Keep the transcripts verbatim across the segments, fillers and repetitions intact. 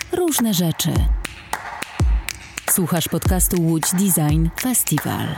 Różne rzeczy. Słuchasz podcastu Łódź Design Festival.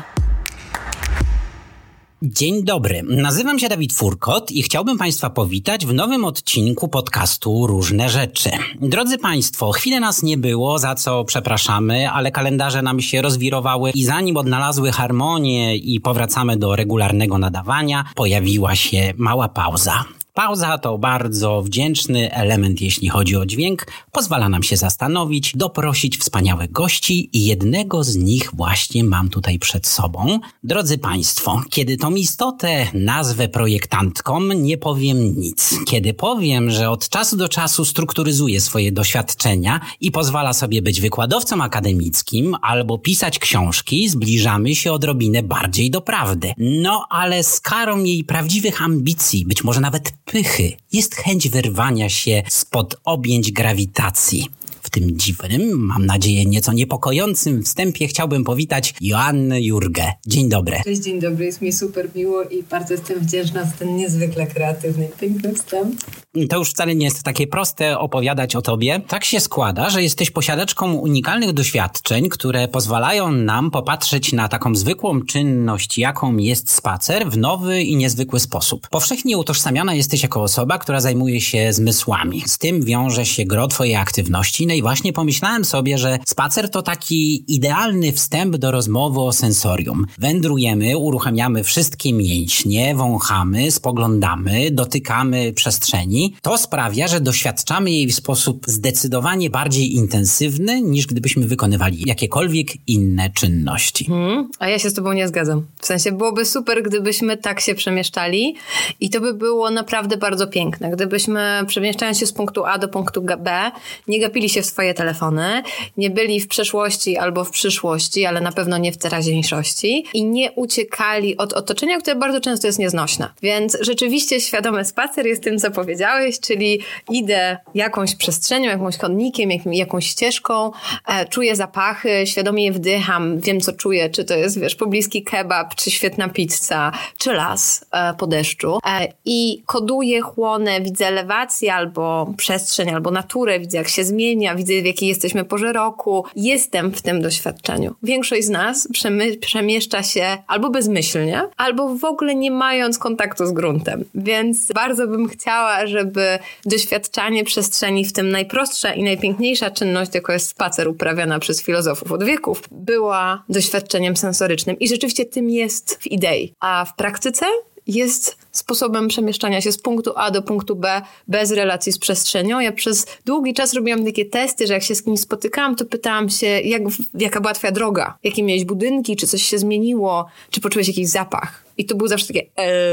Dzień dobry, nazywam się Dawid Furkot i chciałbym Państwa powitać w nowym odcinku podcastu Różne Rzeczy. Drodzy Państwo, chwilę nas nie było, za co przepraszamy, ale kalendarze nam się rozwirowały i zanim odnalazły harmonię i powracamy do regularnego nadawania, pojawiła się mała pauza. Pauza to bardzo wdzięczny element, jeśli chodzi o dźwięk. Pozwala nam się zastanowić, doprosić wspaniałych gości i jednego z nich właśnie mam tutaj przed sobą. Drodzy Państwo, kiedy tą istotę nazwę projektantką, nie powiem nic. Kiedy powiem, że od czasu do czasu strukturyzuje swoje doświadczenia i pozwala sobie być wykładowcą akademickim albo pisać książki, zbliżamy się odrobinę bardziej do prawdy. No ale skarą jej prawdziwych ambicji, być może nawet pychy, jest chęć wyrwania się spod objęć grawitacji. W tym dziwnym, mam nadzieję nieco niepokojącym wstępie chciałbym powitać Joannę Jurgę. Dzień dobry. Cześć, dzień dobry. Jest mi super miło i bardzo jestem wdzięczna za ten niezwykle kreatywny i piękny wstęp. To już wcale nie jest takie proste opowiadać o tobie. Tak się składa, że jesteś posiadaczką unikalnych doświadczeń, które pozwalają nam popatrzeć na taką zwykłą czynność, jaką jest spacer, w nowy i niezwykły sposób. Powszechnie utożsamiana jesteś jako osoba, która zajmuje się zmysłami. Z tym wiąże się gro twojej aktywności. No i właśnie pomyślałem sobie, że spacer to taki idealny wstęp do rozmowy o sensorium. Wędrujemy, uruchamiamy wszystkie mięśnie, wąchamy, spoglądamy, dotykamy przestrzeni. To sprawia, że doświadczamy jej w sposób zdecydowanie bardziej intensywny, niż gdybyśmy wykonywali jakiekolwiek inne czynności. Hmm, a ja się z tobą nie zgadzam. W sensie byłoby super, gdybyśmy tak się przemieszczali i to by było naprawdę bardzo piękne. Gdybyśmy przemieszczając się z punktu A do punktu B nie gapili się w swoje telefony, nie byli w przeszłości albo w przyszłości, ale na pewno nie w teraźniejszości i nie uciekali od otoczenia, które bardzo często jest nieznośne. Więc rzeczywiście świadomy spacer jest tym, co powiedziałeś, czyli idę jakąś przestrzenią, jakąś chodnikiem, jak, jakąś ścieżką, e, czuję zapachy, świadomie je wdycham, wiem co czuję, czy to jest, wiesz, pobliski kebab, czy świetna pizza, czy las e, po deszczu e, i koduję, chłonę, widzę elewację albo przestrzeń, albo naturę, widzę jak się zmienia, widzę w jakiej jesteśmy porze roku. Jestem w tym doświadczeniu. Większość z nas przemy- przemieszcza się albo bezmyślnie, albo w ogóle nie mając kontaktu z gruntem. Więc bardzo bym chciała, żeby doświadczanie przestrzeni, w tym najprostsza i najpiękniejsza czynność, tylko jest spacer uprawiana przez filozofów od wieków, była doświadczeniem sensorycznym. I rzeczywiście tym jest w idei. A w praktyce jest sposobem przemieszczania się z punktu A do punktu B bez relacji z przestrzenią. Ja przez długi czas robiłam takie testy, że jak się z kimś spotykałam, to pytałam się, jak, jaka była twoja droga? Jakie miałeś budynki? Czy coś się zmieniło? Czy poczułeś jakiś zapach? I to było zawsze takie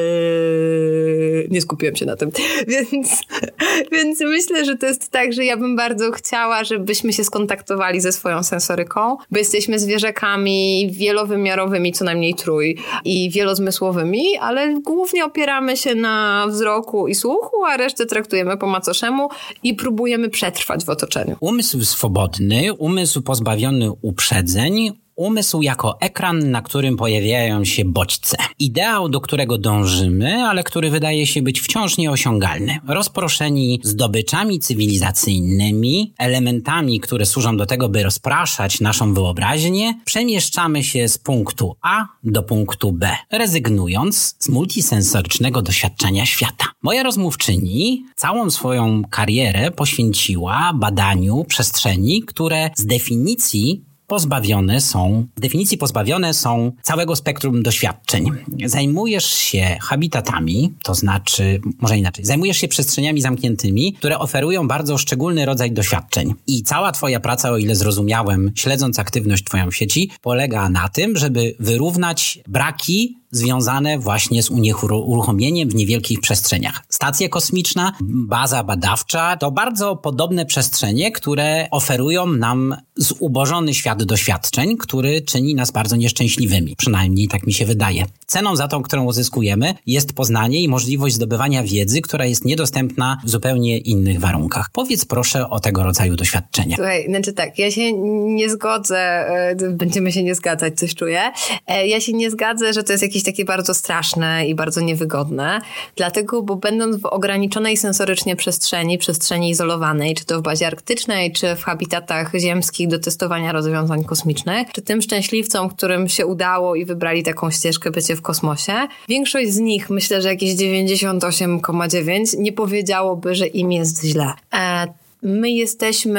eee, nie skupiłem się na tym. Więc, więc myślę, że to jest tak, że ja bym bardzo chciała, żebyśmy się skontaktowali ze swoją sensoryką, bo jesteśmy zwierzakami wielowymiarowymi, co najmniej trój, i wielozmysłowymi, ale głównie opieramy się na wzroku i słuchu, a resztę traktujemy po macoszemu i próbujemy przetrwać w otoczeniu. Umysł swobodny, umysł pozbawiony uprzedzeń, umysł jako ekran, na którym pojawiają się bodźce. Ideał, do którego dążymy, ale który wydaje się być wciąż nieosiągalny. Rozproszeni zdobyczami cywilizacyjnymi, elementami, które służą do tego, by rozpraszać naszą wyobraźnię, przemieszczamy się z punktu A do punktu B, rezygnując z multisensorycznego doświadczenia świata. Moja rozmówczyni całą swoją karierę poświęciła badaniu przestrzeni, które z definicji pozbawione są, w definicji pozbawione są całego spektrum doświadczeń. Zajmujesz się habitatami, to znaczy, może inaczej, zajmujesz się przestrzeniami zamkniętymi, które oferują bardzo szczególny rodzaj doświadczeń. I cała twoja praca, o ile zrozumiałem, śledząc aktywność twoją w sieci, polega na tym, żeby wyrównać braki związane właśnie z uruchomieniem w niewielkich przestrzeniach. Stacja kosmiczna, baza badawcza to bardzo podobne przestrzenie, które oferują nam zubożony świat doświadczeń, który czyni nas bardzo nieszczęśliwymi. Przynajmniej tak mi się wydaje. Ceną za tą, którą uzyskujemy, jest poznanie i możliwość zdobywania wiedzy, która jest niedostępna w zupełnie innych warunkach. Powiedz proszę o tego rodzaju doświadczenia. Słuchaj, znaczy tak, ja się nie zgodzę, będziemy się nie zgadzać, coś czuję. Ja się nie zgadzę, że to jest jakiś jakieś takie bardzo straszne i bardzo niewygodne. Dlatego, bo będąc w ograniczonej sensorycznie przestrzeni, przestrzeni izolowanej, czy to w bazie arktycznej, czy w habitatach ziemskich do testowania rozwiązań kosmicznych, czy tym szczęśliwcom, którym się udało i wybrali taką ścieżkę bycie w kosmosie, większość z nich, myślę, że jakieś dziewięćdziesiąt osiem przecinek dziewięć, nie powiedziałoby, że im jest źle. E, my jesteśmy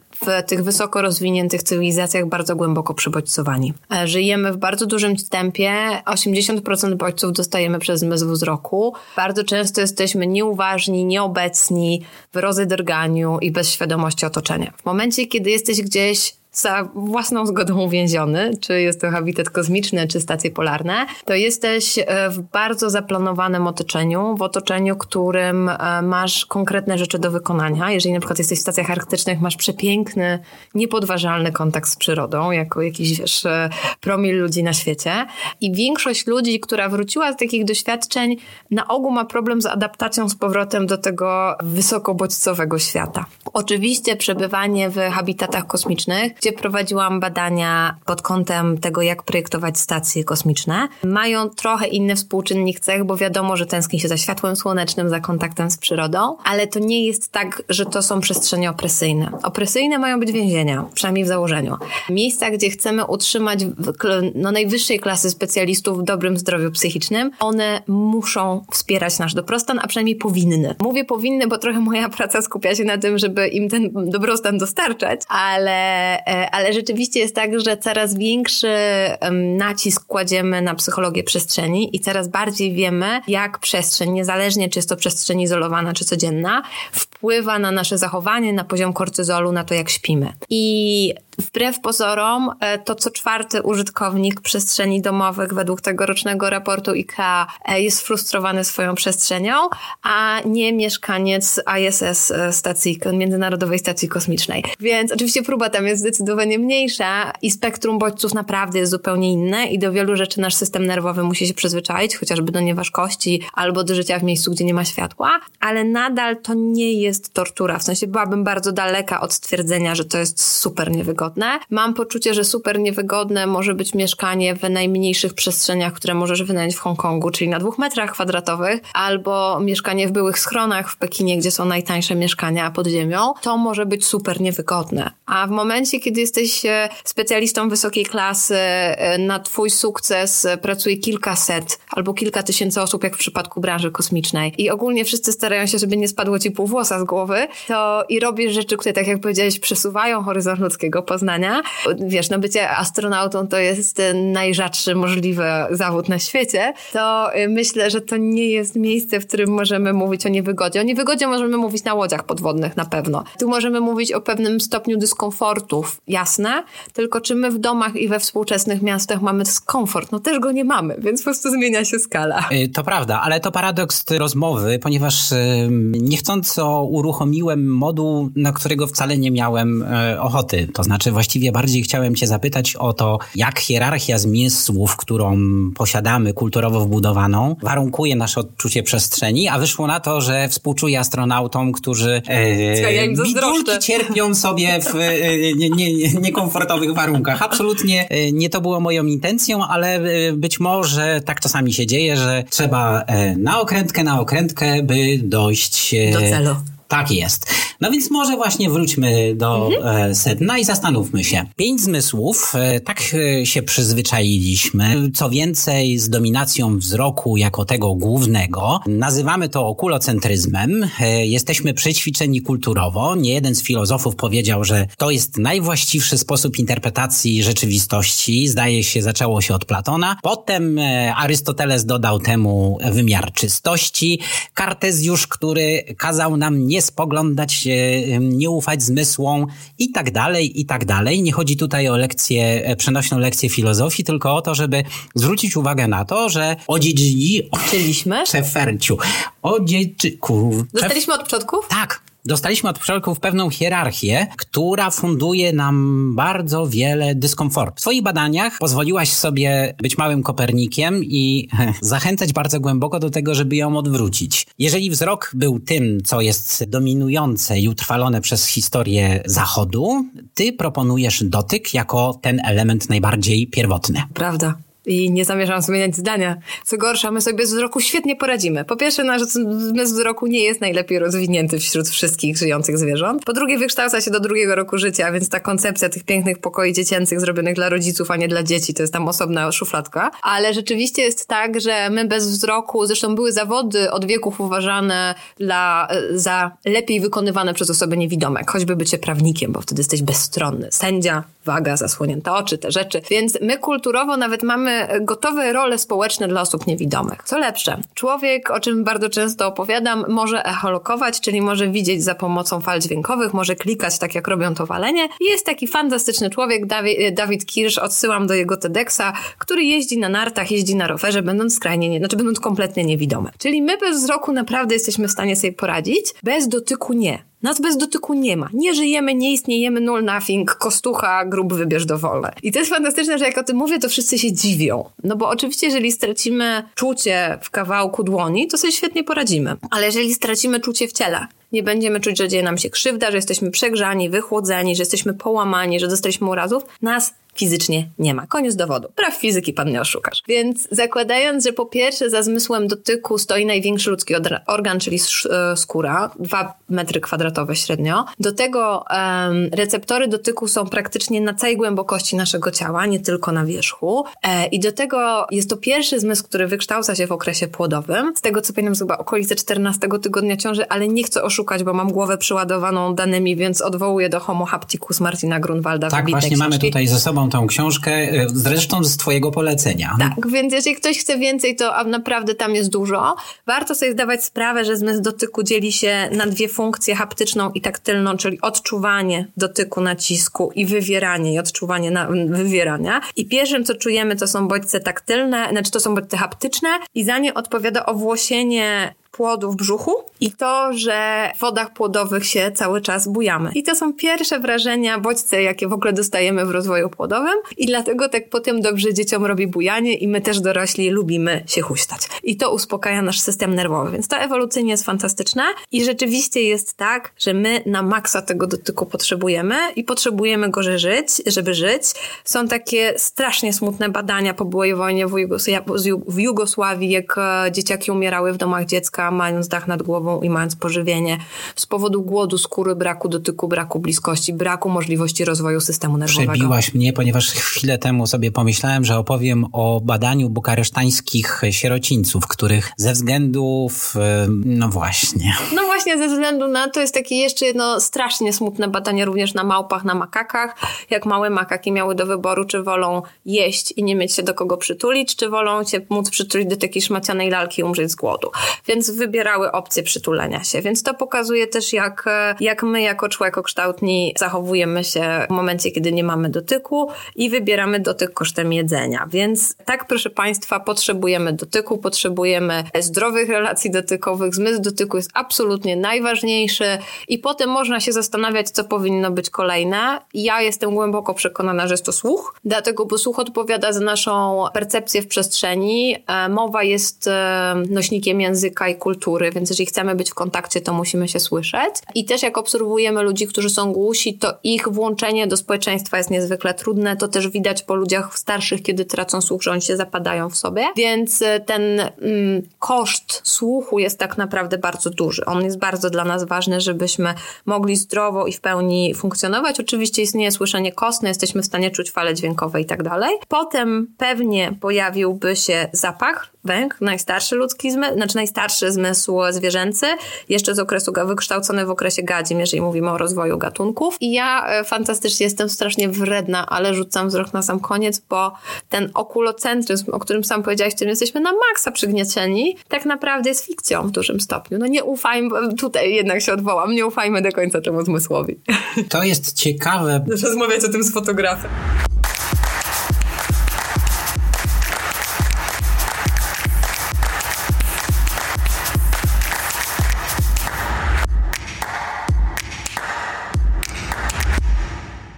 w tych wysoko rozwiniętych cywilizacjach bardzo głęboko przybodźcowani. E, żyjemy w bardzo dużym tempie. osiemdziesiąt procent bodźców dostajemy przez zmysł wzroku. Bardzo często jesteśmy nieuważni, nieobecni, w rozedrganiu i bez świadomości otoczenia. W momencie, kiedy jesteś gdzieś za własną zgodą uwięziony, czy jest to habitat kosmiczny, czy stacje polarne, to jesteś w bardzo zaplanowanym otoczeniu, w otoczeniu, którym masz konkretne rzeczy do wykonania. Jeżeli na przykład jesteś w stacjach arktycznych, masz przepiękny, niepodważalny kontakt z przyrodą, jako jakiś, wiesz, promil ludzi na świecie. I większość ludzi, która wróciła z takich doświadczeń, na ogół ma problem z adaptacją z powrotem do tego wysokobodźcowego świata. Oczywiście przebywanie w habitatach kosmicznych, gdzie prowadziłam badania pod kątem tego, jak projektować stacje kosmiczne, mają trochę inny współczynnik cech, bo wiadomo, że tęskni się za światłem słonecznym, za kontaktem z przyrodą, ale to nie jest tak, że to są przestrzenie opresyjne. Opresyjne mają być więzienia, przynajmniej w założeniu. Miejsca, gdzie chcemy utrzymać no, najwyższej klasy specjalistów w dobrym zdrowiu psychicznym, one muszą wspierać nasz dobrostan, a przynajmniej powinny. Mówię powinny, bo trochę moja praca skupia się na tym, żeby im ten dobrostan dostarczać, ale ale rzeczywiście jest tak, że coraz większy nacisk kładziemy na psychologię przestrzeni i coraz bardziej wiemy, jak przestrzeń, niezależnie czy jest to przestrzeń izolowana, czy codzienna, wpływa na nasze zachowanie, na poziom kortyzolu, na to, jak śpimy. I wbrew pozorom, to co czwarty użytkownik przestrzeni domowych według tegorocznego raportu I K E A jest sfrustrowany swoją przestrzenią, a nie mieszkaniec I S S stacji, Międzynarodowej Stacji Kosmicznej. Więc oczywiście próba tam jest zdecydowanie mniejsza i spektrum bodźców naprawdę jest zupełnie inne i do wielu rzeczy nasz system nerwowy musi się przyzwyczaić, chociażby do nieważkości albo do życia w miejscu, gdzie nie ma światła, ale nadal to nie jest tortura. W sensie byłabym bardzo daleka od stwierdzenia, że to jest super niewygodne. Mam poczucie, że super niewygodne może być mieszkanie w najmniejszych przestrzeniach, które możesz wynająć w Hongkongu, czyli na dwóch metrach kwadratowych, albo mieszkanie w byłych schronach w Pekinie, gdzie są najtańsze mieszkania pod ziemią. To może być super niewygodne. A w momencie, kiedy jesteś specjalistą wysokiej klasy, na twój sukces pracuje kilkaset albo kilka tysięcy osób, jak w przypadku branży kosmicznej i ogólnie wszyscy starają się, żeby nie spadło ci pół włosa z głowy, to i robisz rzeczy, które, tak jak powiedziałeś, przesuwają horyzont ludzkiego poznania. Wiesz, no bycie astronautą to jest najrzadszy możliwy zawód na świecie, to myślę, że to nie jest miejsce, w którym możemy mówić o niewygodzie. O niewygodzie możemy mówić na łodziach podwodnych na pewno. Tu możemy mówić o pewnym stopniu dyskomfortów, jasne, tylko czy my w domach i we współczesnych miastach mamy dyskomfort? No też go nie mamy, więc po prostu zmienia się skala. To prawda, ale to paradoks rozmowy, ponieważ niechcąco uruchomiłem moduł, na którego wcale nie miałem ochoty. To znaczy właściwie bardziej chciałem cię zapytać o to, jak hierarchia zmysłów, którą posiadamy, kulturowo wbudowaną, warunkuje nasze odczucie przestrzeni, a wyszło na to, że współczuję astronautom, którzy e, ja im bidulki cierpią sobie w e, nie, nie, niekomfortowych warunkach. Absolutnie e, nie to było moją intencją, ale e, być może tak czasami się dzieje, że trzeba e, na okrętkę, na okrętkę, by dojść e, do celu. Tak jest. No więc może właśnie wróćmy do mhm. e, sedna i zastanówmy się. Pięć zmysłów, e, tak e, się przyzwyczailiśmy. Co więcej, z dominacją wzroku jako tego głównego. Nazywamy to okulocentryzmem. E, jesteśmy przećwiczeni kulturowo. Nie jeden z filozofów powiedział, że to jest najwłaściwszy sposób interpretacji rzeczywistości. Zdaje się, zaczęło się od Platona. Potem e, Arystoteles dodał temu wymiar czystości. Kartezjusz, który kazał nam nie spoglądać, nie ufać zmysłom i tak dalej, i tak dalej. Nie chodzi tutaj o lekcję, przenośną lekcję filozofii, tylko o to, żeby zwrócić uwagę na to, że odziedzili... Czyliśmy? Szeferciu. Odziedzi... Kur... Dostaliśmy od przodków? Tak. Dostaliśmy od przodków pewną hierarchię, która funduje nam bardzo wiele dyskomfortu. W swoich badaniach pozwoliłaś sobie być małym Kopernikiem i zachęcać bardzo głęboko do tego, żeby ją odwrócić. Jeżeli wzrok był tym, co jest dominujące i utrwalone przez historię Zachodu, ty proponujesz dotyk jako ten element najbardziej pierwotny. Prawda. I nie zamierzam zmieniać zdania. Co gorsza, my sobie bez wzroku świetnie poradzimy. Po pierwsze, nasz zmysł wzroku nie jest najlepiej rozwinięty wśród wszystkich żyjących zwierząt. Po drugie, wykształca się do drugiego roku życia, więc ta koncepcja tych pięknych pokoi dziecięcych zrobionych dla rodziców, a nie dla dzieci, to jest tam osobna szufladka. Ale rzeczywiście jest tak, że my bez wzroku, zresztą były zawody od wieków uważane dla, za lepiej wykonywane przez osoby niewidome. Choćby bycie prawnikiem, bo wtedy jesteś bezstronny. Sędzia, waga, zasłonięte oczy, te rzeczy. Więc my kulturowo nawet mamy gotowe role społeczne dla osób niewidomych. Co lepsze, człowiek, o czym bardzo często opowiadam, może echolokować, czyli może widzieć za pomocą fal dźwiękowych, może klikać tak jak robią to walenie. Jest taki fantastyczny człowiek, Dawid, Dawid Kirsch, odsyłam do jego TEDxa, który jeździ na nartach, jeździ na rowerze, będąc skrajnie, nie, znaczy będąc kompletnie niewidomy. Czyli my bez wzroku naprawdę jesteśmy w stanie sobie poradzić, bez dotyku nie. Nas bez dotyku nie ma. Nie żyjemy, nie istniejemy, null nothing, kostucha, grób wybierz dowolne. I to jest fantastyczne, że jak o tym mówię, to wszyscy się dziwią. No bo oczywiście, jeżeli stracimy czucie w kawałku dłoni, to sobie świetnie poradzimy. Ale jeżeli stracimy czucie w ciele, nie będziemy czuć, że dzieje nam się krzywda, że jesteśmy przegrzani, wychłodzeni, że jesteśmy połamani, że dostaliśmy urazów, nas fizycznie nie ma. Koniec dowodu. Praw fizyki pan nie oszukasz. Więc zakładając, że po pierwsze za zmysłem dotyku stoi największy ludzki organ, czyli skóra, dwa metry kwadratowe średnio. Do tego um, receptory dotyku są praktycznie na całej głębokości naszego ciała, nie tylko na wierzchu. E, I do tego jest to pierwszy zmysł, który wykształca się w okresie płodowym. Z tego co pamiętam, chyba okolice czternastego tygodnia ciąży, ale nie chcę oszukać, bo mam głowę przyładowaną danymi, więc odwołuję do Homo hapticus Martina Grunwalda. Tak, właśnie książki. Mamy tutaj ze sobą tą książkę, zresztą z twojego polecenia. Tak, więc jeżeli ktoś chce więcej, to naprawdę tam jest dużo. Warto sobie zdawać sprawę, że zmysł dotyku dzieli się na dwie funkcje, haptyczną i taktylną, czyli odczuwanie dotyku, nacisku i wywieranie i odczuwanie na, wywierania. I pierwszym, co czujemy, to są bodźce taktylne, znaczy to są bodźce haptyczne i za nie odpowiada owłosienie płodu w brzuchu i to, że w wodach płodowych się cały czas bujamy. I to są pierwsze wrażenia, bodźce, jakie w ogóle dostajemy w rozwoju płodowym i dlatego tak potem dobrze dzieciom robi bujanie i my też dorośli lubimy się huśtać. I to uspokaja nasz system nerwowy, więc to ewolucyjnie jest fantastyczne i rzeczywiście jest tak, że my na maksa tego dotyku potrzebujemy i potrzebujemy go, żeby żyć, żeby żyć. Są takie strasznie smutne badania po byłej wojnie w, Jugos- w Jugosławii, jak dzieciaki umierały w domach dziecka, mając dach nad głową i mając pożywienie z powodu głodu, skóry, braku dotyku, braku bliskości, braku możliwości rozwoju systemu nerwowego. Przebiłaś mnie, ponieważ chwilę temu sobie pomyślałem, że opowiem o badaniu bukaresztańskich sierocińców, których ze względów, no właśnie. No właśnie, ze względu na to jest takie jeszcze jedno strasznie smutne badanie również na małpach, na makakach. Jak małe makaki miały do wyboru, czy wolą jeść i nie mieć się do kogo przytulić, czy wolą się móc przytulić do takiej szmacianej lalki i umrzeć z głodu. Więc wybierały opcję przytulenia się. Więc to pokazuje też, jak, jak my jako człowiekokształtni zachowujemy się w momencie, kiedy nie mamy dotyku i wybieramy dotyk kosztem jedzenia. Więc tak, proszę Państwa, potrzebujemy dotyku, potrzebujemy zdrowych relacji dotykowych. Zmysł dotyku jest absolutnie najważniejszy i potem można się zastanawiać, co powinno być kolejne. Ja jestem głęboko przekonana, że jest to słuch, dlatego, bo słuch odpowiada za naszą percepcję w przestrzeni. Mowa jest nośnikiem języka i kultury, więc jeżeli chcemy być w kontakcie, to musimy się słyszeć. I też jak obserwujemy ludzi, którzy są głusi, to ich włączenie do społeczeństwa jest niezwykle trudne. To też widać po ludziach starszych, kiedy tracą słuch, że oni się zapadają w sobie. Więc ten mm, koszt słuchu jest tak naprawdę bardzo duży. On jest bardzo dla nas ważny, żebyśmy mogli zdrowo i w pełni funkcjonować. Oczywiście istnieje słyszenie kostne, jesteśmy w stanie czuć fale dźwiękowe i tak dalej. Potem pewnie pojawiłby się zapach, węch, najstarszy ludzki zmysł, znaczy najstarszy zmysł zwierzęcy, jeszcze z okresu, wykształcony w okresie gadzim, jeżeli mówimy o rozwoju gatunków. I ja e, fantastycznie jestem strasznie wredna, ale rzucam wzrok na sam koniec, bo ten okulocentryzm, o którym sam powiedziałeś, którym jesteśmy na maksa przygniecieni, tak naprawdę jest fikcją w dużym stopniu. No nie ufajmy, tutaj jednak się odwołam, nie ufajmy do końca temu zmysłowi. To jest ciekawe. Muszę rozmawiać o tym z fotografem.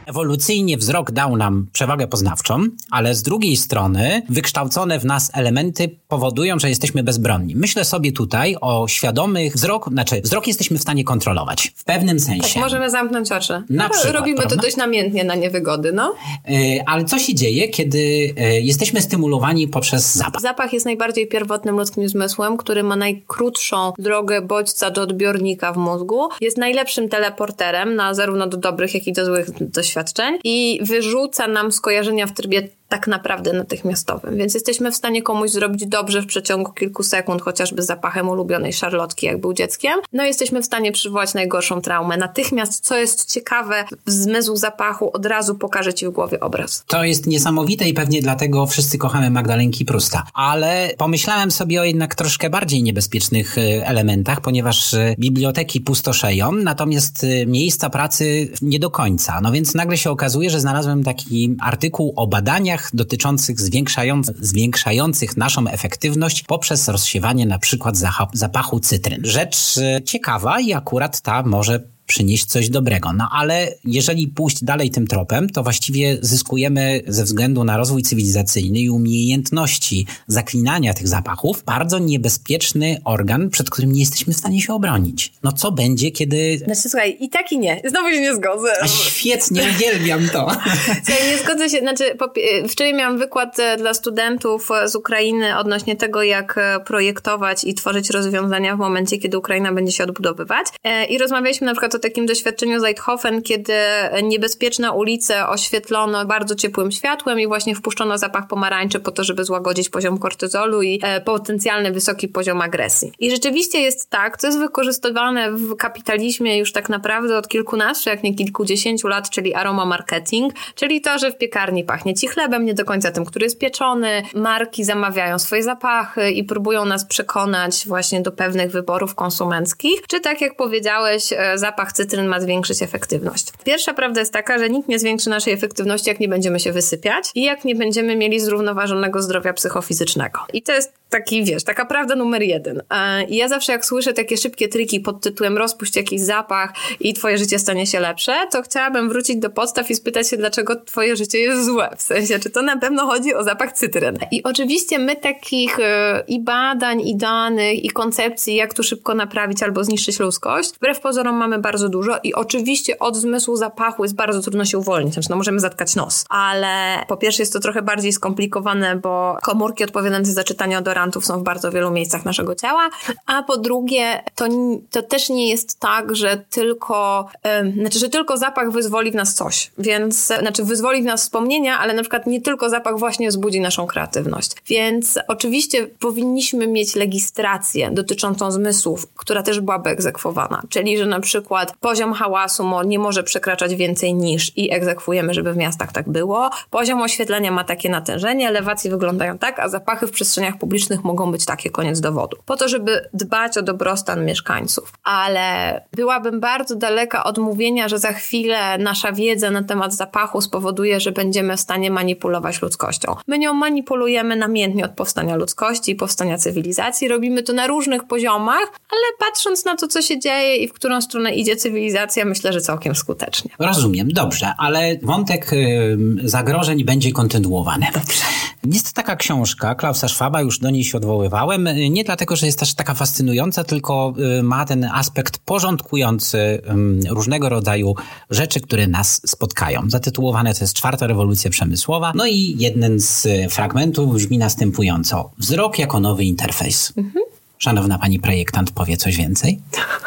Ewolucyjnie wzrok dał nam przewagę poznawczą, ale z drugiej strony wykształcone w nas elementy powodują, że jesteśmy bezbronni. Myślę sobie tutaj o świadomych wzrok, znaczy wzrok jesteśmy w stanie kontrolować w pewnym sensie. Tak, możemy zamknąć oczy. Na przykład, robimy prawda? to dość namiętnie na niewygody, no. Yy, ale co się dzieje, kiedy yy, jesteśmy stymulowani poprzez zapach? Zapach jest najbardziej pierwotnym ludzkim zmysłem, który ma najkrótszą drogę bodźca do odbiornika w mózgu. Jest najlepszym teleporterem na zarówno do dobrych, jak i do złych doświadczeń i wyrzuca nam skojarzenia w trybie tak naprawdę natychmiastowym. Więc jesteśmy w stanie komuś zrobić dobrze w przeciągu kilku sekund, chociażby zapachem ulubionej szarlotki, jak był dzieckiem. No jesteśmy w stanie przywołać najgorszą traumę. Natychmiast, co jest ciekawe, zmysł zapachu od razu pokaże ci w głowie obraz. To jest niesamowite i pewnie dlatego wszyscy kochamy Magdalenki Prusta. Ale pomyślałem sobie o jednak troszkę bardziej niebezpiecznych elementach, ponieważ biblioteki pustoszeją, natomiast miejsca pracy nie do końca. No więc nagle się okazuje, że znalazłem taki artykuł o badaniach dotyczących zwiększając, zwiększających naszą efektywność poprzez rozsiewanie na przykład zapachu cytryn. Rzecz ciekawa i akurat ta może przynieść coś dobrego. No ale jeżeli pójść dalej tym tropem, to właściwie zyskujemy ze względu na rozwój cywilizacyjny i umiejętności zaklinania tych zapachów bardzo niebezpieczny organ, przed którym nie jesteśmy w stanie się obronić. No co będzie, kiedy... Znaczy słuchaj, i tak i nie. Znowu się nie zgodzę. A świetnie, uwielbiam to. Słuchaj, nie zgodzę się. Znaczy, wczoraj miałam wykład dla studentów z Ukrainy odnośnie tego, jak projektować i tworzyć rozwiązania w momencie, kiedy Ukraina będzie się odbudowywać. I rozmawialiśmy na przykład o takim doświadczeniu z Eindhoven, kiedy niebezpieczne ulice oświetlono bardzo ciepłym światłem i właśnie wpuszczono zapach pomarańczy po to, żeby złagodzić poziom kortyzolu i e, potencjalny wysoki poziom agresji. I rzeczywiście jest tak, co jest wykorzystywane w kapitalizmie już tak naprawdę od kilkunastu, jak nie kilkudziesięciu lat, czyli aroma marketing, czyli to, że w piekarni pachnie ci chlebem, nie do końca tym, który jest pieczony. Marki zamawiają swoje zapachy i próbują nas przekonać właśnie do pewnych wyborów konsumenckich. Czy tak jak powiedziałeś, zapach cytryn ma zwiększyć efektywność. Pierwsza prawda jest taka, że nikt nie zwiększy naszej efektywności, jak nie będziemy się wysypiać i jak nie będziemy mieli zrównoważonego zdrowia psychofizycznego. I to jest taki, wiesz, taka prawda numer jeden. I ja zawsze jak słyszę takie szybkie triki pod tytułem rozpuść jakiś zapach i twoje życie stanie się lepsze, to chciałabym wrócić do podstaw i spytać się, dlaczego twoje życie jest złe. W sensie, czy to na pewno chodzi o zapach cytryn. I oczywiście my takich i badań, i danych, i koncepcji, jak tu szybko naprawić albo zniszczyć ludzkość, wbrew pozorom mamy bardzo dużo i oczywiście od zmysłu zapachu jest bardzo trudno się uwolnić. Znaczy, no możemy zatkać nos. Ale po pierwsze jest to trochę bardziej skomplikowane, bo komórki odpowiadające za czytanie odorantów są w bardzo wielu miejscach naszego ciała, a po drugie to, to też nie jest tak, że tylko yy, znaczy, że tylko zapach wyzwoli w nas coś. Więc, znaczy wyzwoli w nas wspomnienia, ale na przykład nie tylko zapach właśnie wzbudzi naszą kreatywność. Więc oczywiście powinniśmy mieć legislację dotyczącą zmysłów, która też byłaby egzekwowana. Czyli, że na przykład poziom hałasu nie może przekraczać więcej niż i egzekwujemy, żeby w miastach tak było. Poziom oświetlenia ma takie natężenie, elewacje wyglądają tak, a zapachy w przestrzeniach publicznych mogą być takie, koniec dowodu. Po to, żeby dbać o dobrostan mieszkańców. Ale byłabym bardzo daleka od mówienia, że za chwilę nasza wiedza na temat zapachu spowoduje, że będziemy w stanie manipulować ludzkością. My nią manipulujemy namiętnie od powstania ludzkości i powstania cywilizacji. Robimy to na różnych poziomach, ale patrząc na to, co się dzieje i w którą stronę idzie cywilizacja, myślę, że całkiem skutecznie. Rozumiem, dobrze, ale wątek y, zagrożeń będzie kontynuowany. Dobrze. Jest taka książka Klausa Schwaba, już do niej się odwoływałem, nie dlatego, że jest też taka fascynująca, tylko y, ma ten aspekt porządkujący y, różnego rodzaju rzeczy, które nas spotkają. Zatytułowane to jest Czwarta rewolucja przemysłowa. No i jeden z fragmentów brzmi następująco. Wzrok jako nowy interfejs. Mhm. Szanowna pani projektant powie coś więcej?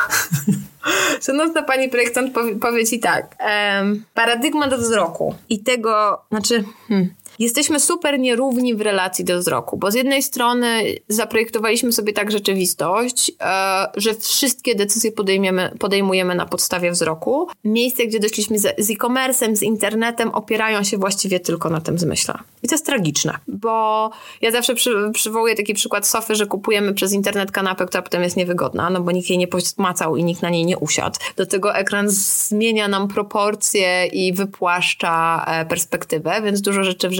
Szanowna pani projektant powie, powie ci tak. Um, paradygmat wzroku i tego, znaczy... Hmm. Jesteśmy super nierówni w relacji do wzroku, bo z jednej strony zaprojektowaliśmy sobie tak rzeczywistość, że wszystkie decyzje podejmiemy, podejmujemy na podstawie wzroku. Miejsce, gdzie doszliśmy z, z e-commerce'em, z internetem, opierają się właściwie tylko na tym zmyśle. I to jest tragiczne, bo ja zawsze przy, przywołuję taki przykład sofy, że kupujemy przez internet kanapę, która potem jest niewygodna, no bo nikt jej nie pomacał i nikt na niej nie usiadł. Do tego ekran zmienia nam proporcje i wypłaszcza perspektywę, więc dużo rzeczy w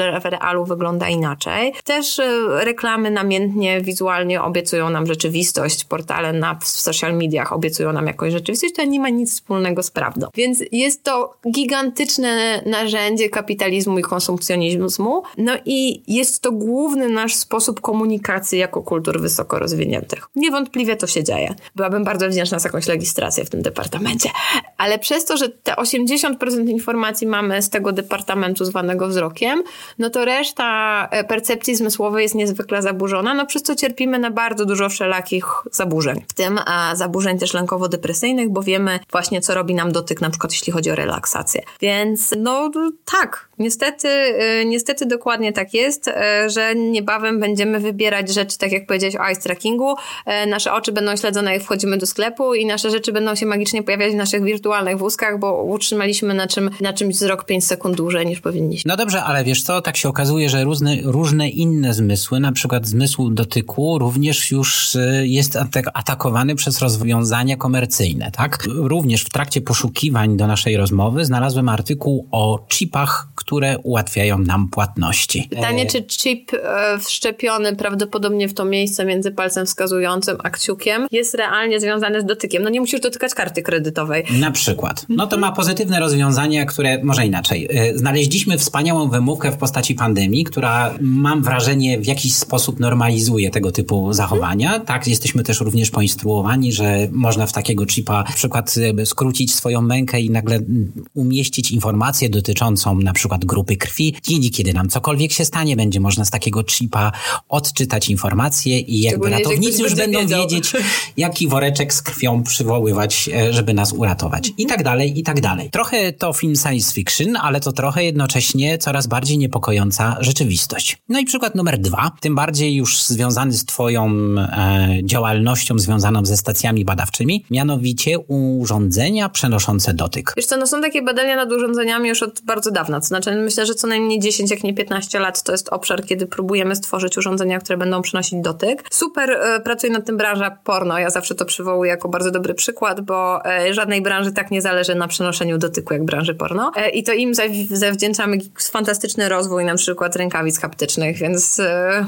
w realu wygląda inaczej. Też reklamy namiętnie, wizualnie obiecują nam rzeczywistość. Portale na, w social mediach obiecują nam jakąś rzeczywistość, to nie ma nic wspólnego z prawdą. Więc jest to gigantyczne narzędzie kapitalizmu i konsumpcjonizmu. No i jest to główny nasz sposób komunikacji jako kultur wysoko rozwiniętych. Niewątpliwie to się dzieje. Byłabym bardzo wdzięczna za jakąś legislację w tym departamencie. Ale przez to, że te osiemdziesiąt procent informacji mamy z tego departamentu zwanego wzrokiem, no to reszta percepcji zmysłowej jest niezwykle zaburzona, no przez co cierpimy na bardzo dużo wszelakich zaburzeń. W tym a zaburzeń też lękowo-depresyjnych, bo wiemy właśnie, co robi nam dotyk, na przykład jeśli chodzi o relaksację. Więc no tak, niestety, niestety dokładnie tak jest, że niebawem będziemy wybierać rzeczy, tak jak powiedziałeś o eye trackingu, nasze oczy będą śledzone, jak wchodzimy do sklepu i nasze rzeczy będą się magicznie pojawiać w naszych wirtualnych wózkach, bo utrzymaliśmy na, czym, na czymś wzrok pięć sekund dłużej niż powinniśmy. No dobrze, ale wiesz co, tak się okazuje, że różne, różne inne zmysły, na przykład zmysł dotyku również już jest atakowany przez rozwiązania komercyjne, tak? Również w trakcie poszukiwań do naszej rozmowy znalazłem artykuł o chipach, które ułatwiają nam płatności. Pytanie, czy chip e, wszczepiony prawdopodobnie w to miejsce między palcem wskazującym a kciukiem jest realnie związany z dotykiem. No nie musisz dotykać karty kredytowej. Na przykład. No to ma pozytywne rozwiązania, które, może inaczej, znaleźliśmy wspaniałą wymówkę w postaci pandemii, która, mam wrażenie, w jakiś sposób normalizuje tego typu zachowania. Tak, jesteśmy też również poinstruowani, że można w takiego chipa na przykład skrócić swoją mękę i nagle umieścić informację dotyczącą na przykład grupy krwi. I kiedy nam cokolwiek się stanie, będzie można z takiego chipa odczytać informacje i jakby ratownicy już będą wiedział. wiedzieć, jaki woreczek z krwią przywoływać, żeby nas uratować. I tak dalej, i tak dalej. Trochę to film science fiction, ale to trochę jednocześnie coraz bardziej niepokojąca rzeczywistość. No i przykład numer dwa, tym bardziej już związany z twoją e, działalnością związaną ze stacjami badawczymi, mianowicie urządzenia przenoszące dotyk. Wiesz co, no są takie badania nad urządzeniami już od bardzo dawna, to znaczy myślę, że co najmniej dziesięć, jak nie piętnaście lat to jest obszar, kiedy próbujemy stworzyć urządzenia, które będą przynosić dotyk. Super e, pracuje nad tym branża porno, ja zawsze to przywołuję jako bardzo dobry przykład, bo e, żadnej branży tak nie zależy na przenoszeniu dotyku jak branży porno e, i to im zaw- zawdzięczamy fantastyczny rozwój na przykład rękawic haptycznych, więc e,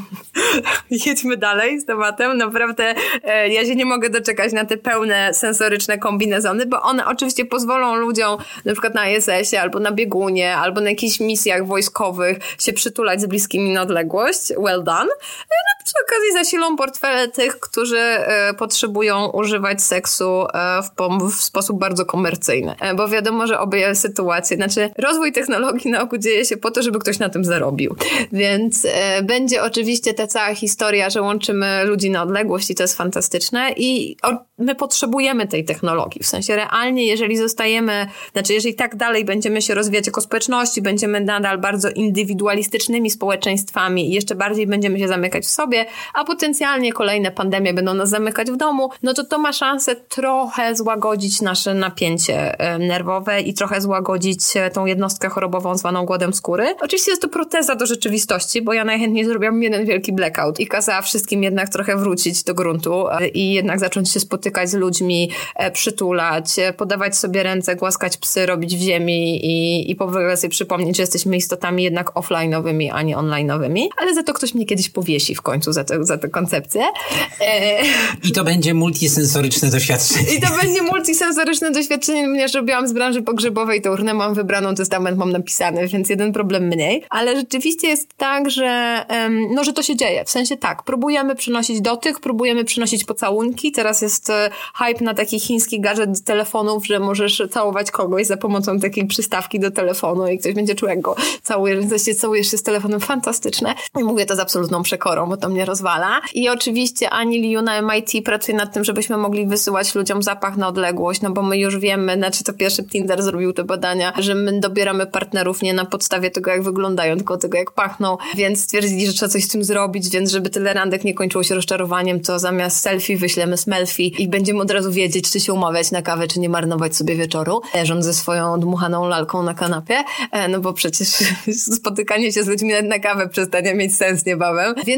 jedźmy dalej z tematem. Naprawdę e, ja się nie mogę doczekać na te pełne sensoryczne kombinezony, bo one oczywiście pozwolą ludziom na przykład na I S S-ie albo na biegunie, albo na jakichś misjach wojskowych się przytulać z bliskimi na odległość. Well done. No, przy okazji zasilą portfele tych, którzy e, potrzebują używać seksu e, w, pom- w sposób bardzo komercyjny. E, bo wiadomo, że obie sytuacje, znaczy rozwój technologii na ogół dzieje się po to, żeby ktoś na tym zarobił. Więc e, będzie oczywiście ta cała historia, że łączymy ludzi na odległość i to jest fantastyczne i o, my potrzebujemy tej technologii. W sensie realnie, jeżeli zostajemy, znaczy jeżeli tak dalej będziemy się rozwijać jako społeczności, będziemy nadal bardzo indywidualistycznymi społeczeństwami i jeszcze bardziej będziemy się zamykać w sobie, a potencjalnie kolejne pandemie będą nas zamykać w domu, no to to ma szansę trochę złagodzić nasze napięcie nerwowe i trochę złagodzić tą jednostkę chorobową zwaną głodem skóry. Oczywiście jest to proteza do rzeczywistości, bo ja najchętniej zrobiłam jeden wielki blackout i kazała wszystkim jednak trochę wrócić do gruntu i jednak zacząć się spotykać z ludźmi, przytulać, podawać sobie ręce, głaskać psy, robić w ziemi i, i po ogóle sobie przypomnieć, że jesteśmy istotami jednak offline'owymi, a nie online'owymi. Ale za to ktoś mnie kiedyś powiesi w końcu za, to, za tę koncepcję. E... I to będzie multisensoryczne doświadczenie. I to będzie multisensoryczne doświadczenie, ponieważ robiłam z branży pogrzebowej, to urnę mam wybraną, testament mam napisany, więc jeden problem mniej. Ale rzeczywiście jest tak, że um, no, że to się dzieje. W sensie tak, próbujemy przynosić dotyk, próbujemy przynosić pocałunki. Teraz jest e, hype na taki chiński gadżet z telefonów, że możesz całować kogoś za pomocą takiej przystawki do telefonu i ktoś będzie czuł, jak go całujesz, więc całujesz się z telefonem. Fantastyczne. I mówię to z absolutną przekorą, bo to mnie rozwala. I oczywiście Ani Liu na M I T pracuje nad tym, żebyśmy mogli wysyłać ludziom zapach na odległość, no bo my już wiemy, znaczy to pierwszy Tinder zrobił te badania, że my dobieramy partnerów nie na podstawie tego, jak wyglądają, tylko tego, jak pachną, więc stwierdzili, że trzeba coś z tym zrobić, więc żeby tyle randek nie kończyło się rozczarowaniem, to zamiast selfie wyślemy smelfie i będziemy od razu wiedzieć, czy się umawiać na kawę, czy nie marnować sobie wieczoru, leżąc ze swoją dmuchaną lalką na kanapie, no bo przecież spotykanie się z ludźmi na kawę przestanie mieć sens niebawem. Więc tak,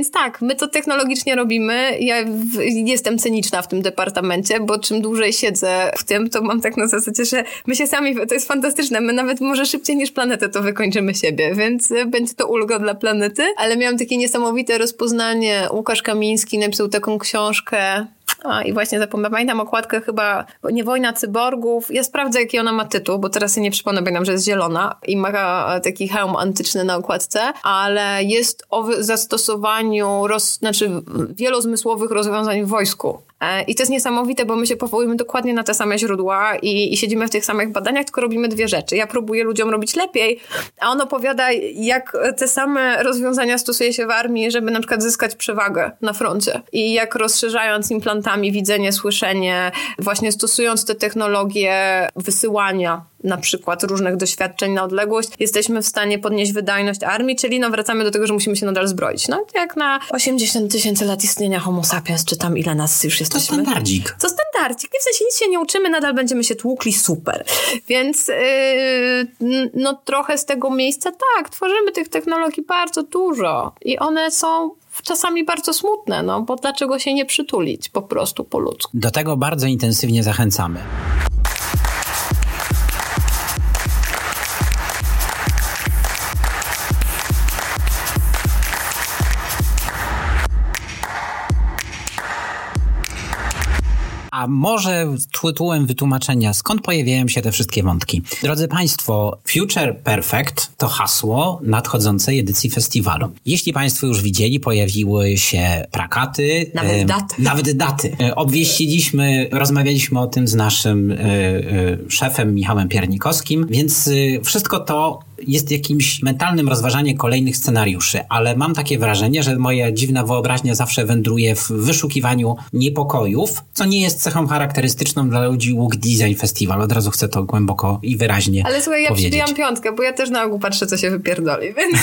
My to technologicznie robimy. Ja w, jestem cyniczna w tym departamencie, bo czym dłużej siedzę w tym, to mam tak na zasadzie, że my się sami, to jest fantastyczne, my nawet może szybciej niż planetę to wykończymy siebie, więc będzie to ulga dla planety, ale miałam takie niesamowite rozpoznanie. Łukasz Kamiński napisał taką książkę, a i właśnie zapamiętam okładkę chyba nie Wojna cyborgów. Ja sprawdzę, jaki ona ma tytuł, bo teraz sobie nie przypomnę, pamiętam, że jest zielona i ma taki hełm antyczny na okładce, ale jest o zastosowaniu roz, znaczy wielozmysłowych rozwiązań w wojsku. I to jest niesamowite, bo my się powołujemy dokładnie na te same źródła i, i siedzimy w tych samych badaniach, tylko robimy dwie rzeczy. Ja próbuję ludziom robić lepiej, a on opowiada, jak te same rozwiązania stosuje się w armii, żeby na przykład zyskać przewagę na froncie. I jak rozszerzając implantami widzenie, słyszenie, właśnie stosując te technologie wysyłania na przykład różnych doświadczeń na odległość, jesteśmy w stanie podnieść wydajność armii, czyli no wracamy do tego, że musimy się nadal zbroić. No jak na osiemdziesiąt tysięcy lat istnienia homo sapiens, czy tam ile nas już jesteśmy. To standardzik. To standardzik. W sensie nic się nie uczymy, nadal będziemy się tłukli, super. Więc yy, no trochę z tego miejsca tak, tworzymy tych technologii bardzo dużo i one są czasami bardzo smutne, no bo dlaczego się nie przytulić po prostu po ludzku. Do tego bardzo intensywnie zachęcamy. A może tytułem wytłumaczenia, skąd pojawiają się te wszystkie wątki? Drodzy Państwo, Future Perfect to hasło nadchodzącej edycji festiwalu. Jeśli Państwo już widzieli, pojawiły się plakaty. Nawet e, daty. Nawet daty. E, obwieściliśmy, rozmawialiśmy o tym z naszym e, e, szefem Michałem Piernikowskim, więc e, wszystko to jest jakimś mentalnym rozważaniem kolejnych scenariuszy, ale mam takie wrażenie, że moja dziwna wyobraźnia zawsze wędruje w wyszukiwaniu niepokojów, co nie jest cechą charakterystyczną dla ludzi Łuk Design Festival. Od razu chcę to głęboko i wyraźnie Ale słuchaj, ja powiedzieć. przybijam piątkę, bo ja też na ogół patrzę, co się wypierdoli, więc...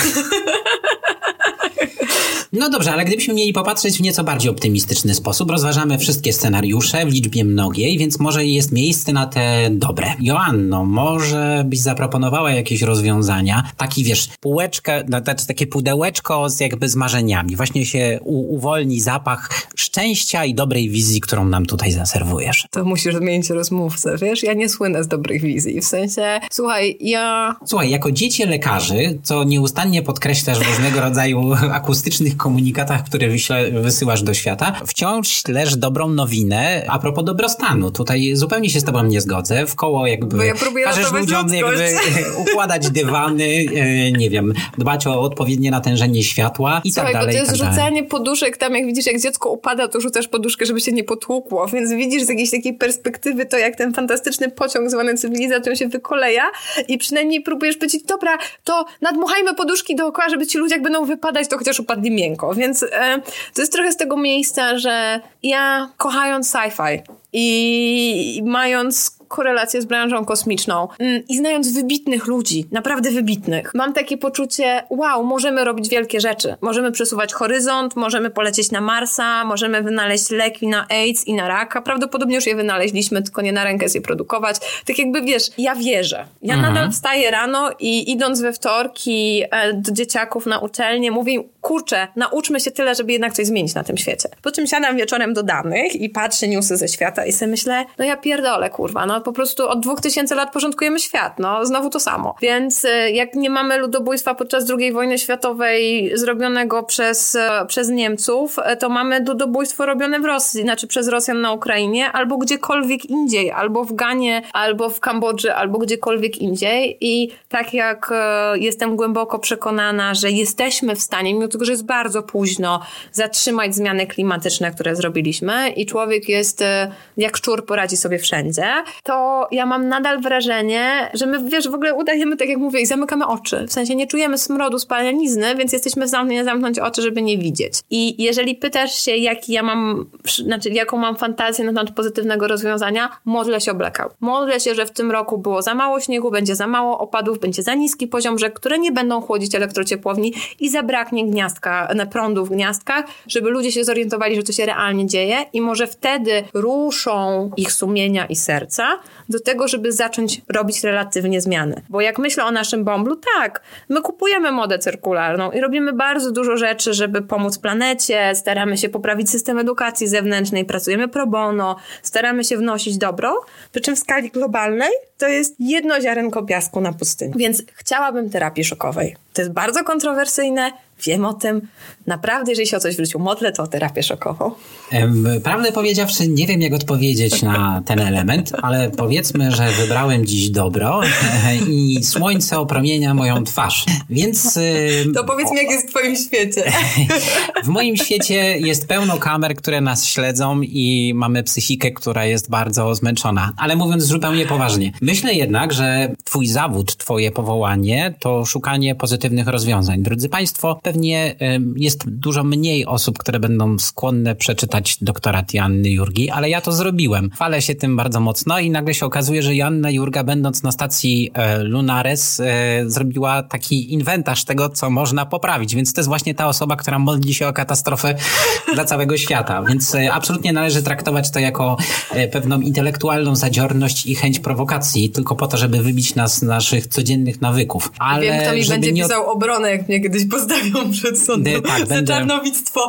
No dobrze, ale gdybyśmy mieli popatrzeć w nieco bardziej optymistyczny sposób, rozważamy wszystkie scenariusze w liczbie mnogiej, więc może jest miejsce na te dobre. Joanno, może byś zaproponowała jakieś rozwiązania? Taki, wiesz, półeczkę, znaczy takie pudełeczko z jakby z marzeniami. Właśnie się u- uwolni zapach szczęścia i dobrej wizji, którą nam tutaj zaserwujesz. To musisz zmienić rozmówcę, wiesz? Ja nie słynę z dobrych wizji, w sensie, słuchaj, ja... Słuchaj, jako dziecię lekarzy, co nieustannie podkreślasz w różnego rodzaju akustycznych komunikatach, które wyśle, wysyłasz do świata, wciąż ślesz dobrą nowinę a propos dobrostanu. Tutaj zupełnie się z tobą nie zgodzę. W koło jakby Bo ja próbuję każesz ludziom jakby układać dywany, nie wiem, dbać o odpowiednie natężenie światła i Słuchaj, tak dalej. bo to jest tak rzucanie dalej. poduszek tam, jak widzisz, jak dziecko upada, to rzucasz poduszkę, żeby się nie potłukło, więc widzisz z jakiejś takiej perspektywy to, jak ten fantastyczny pociąg zwany cywilizacją się wykoleja i przynajmniej próbujesz powiedzieć, dobra, to nadmuchajmy poduszki dookoła, żeby ci ludzie jak będą wypadać, to chociaż upadli miękko, więc e, to jest trochę z tego miejsca, że ja kochając sci-fi i mając korelację z branżą kosmiczną mm, i znając wybitnych ludzi, naprawdę wybitnych, mam takie poczucie, wow, możemy robić wielkie rzeczy. Możemy przesuwać horyzont, możemy polecieć na Marsa, możemy wynaleźć leki na AIDS i na raka. Prawdopodobnie już je wynaleźliśmy, tylko nie na rękę je produkować. Tak jakby, wiesz, ja wierzę. Ja mhm. nadal wstaję rano i idąc we wtorki e, do dzieciaków na uczelnię, mówię im, kurczę, nauczmy się tyle, żeby jednak coś zmienić na tym świecie. Po czym siadam wieczorem do danych i patrzę newsy ze świata i sobie myślę, no ja pierdolę, kurwa, no po prostu od dwóch tysięcy lat porządkujemy świat, no znowu to samo. Więc jak nie mamy ludobójstwa podczas drugiej wojny światowej zrobionego przez, przez Niemców, to mamy ludobójstwo robione w Rosji, znaczy przez Rosjan na Ukrainie, albo gdziekolwiek indziej, albo w Ganie, albo w Kambodży, albo gdziekolwiek indziej. I tak jak jestem głęboko przekonana, że jesteśmy w stanie, mimo tego, że jest bardzo późno, zatrzymać zmiany klimatyczne, które zrobiliśmy i człowiek jest jak szczur, poradzi sobie wszędzie, to ja mam nadal wrażenie, że my, wiesz, w ogóle udajemy, tak jak mówię, i zamykamy oczy. W sensie nie czujemy smrodu spalnizny, więc jesteśmy zamknięci zamknąć oczy, żeby nie widzieć. I jeżeli pytasz się, jaki ja mam, znaczy jaką mam fantazję na temat pozytywnego rozwiązania, modlę się o blackout. Modlę się, że w tym roku było za mało śniegu, będzie za mało opadów, będzie za niski poziom rzek, które nie będą chłodzić elektrociepłowni i zabraknie gniazdka, prądu w gniazdkach, żeby ludzie się zorientowali, że to się realnie dzieje i może wtedy ruszą ich sumienia i serca do tego, żeby zacząć robić relatywnie zmiany. Bo jak myślę o naszym bąblu, tak, my kupujemy modę cyrkularną i robimy bardzo dużo rzeczy, żeby pomóc planecie, staramy się poprawić system edukacji zewnętrznej, pracujemy pro bono, staramy się wnosić dobro, przy czym w skali globalnej to jest jedno ziarenko piasku na pustyni. Więc chciałabym terapii szokowej. To jest bardzo kontrowersyjne, wiem o tym. Naprawdę, jeżeli się o coś w życiu modlę, to o terapię szokową. Prawdę powiedziawszy, nie wiem, jak odpowiedzieć na ten element, ale powiedzmy, że wybrałem dziś dobro i słońce opromienia moją twarz. Więc... To powiedz mi, jak jest w twoim świecie. W moim świecie jest pełno kamer, które nas śledzą i mamy psychikę, która jest bardzo zmęczona. Ale mówiąc zupełnie poważnie, myślę jednak, że twój zawód, twoje powołanie to szukanie pozytywnych rozwiązań. Drodzy Państwo, pewnie jest dużo mniej osób, które będą skłonne przeczytać doktorat Joanny Jurgi, ale ja to zrobiłem. Chwalę się tym bardzo mocno i nagle się okazuje, że Joanna Jurga, będąc na stacji Lunares, zrobiła taki inwentarz tego, co można poprawić. Więc to jest właśnie ta osoba, która modli się o katastrofę dla całego świata. Więc absolutnie należy traktować to jako pewną intelektualną zadziorność i chęć prowokacji, tylko po to, żeby wybić nas z naszych codziennych nawyków. Ale wiem, kto mi będzie nie... pisał obronę, jak mnie kiedyś postawią przed sądem tak, za będę... czarnowictwo.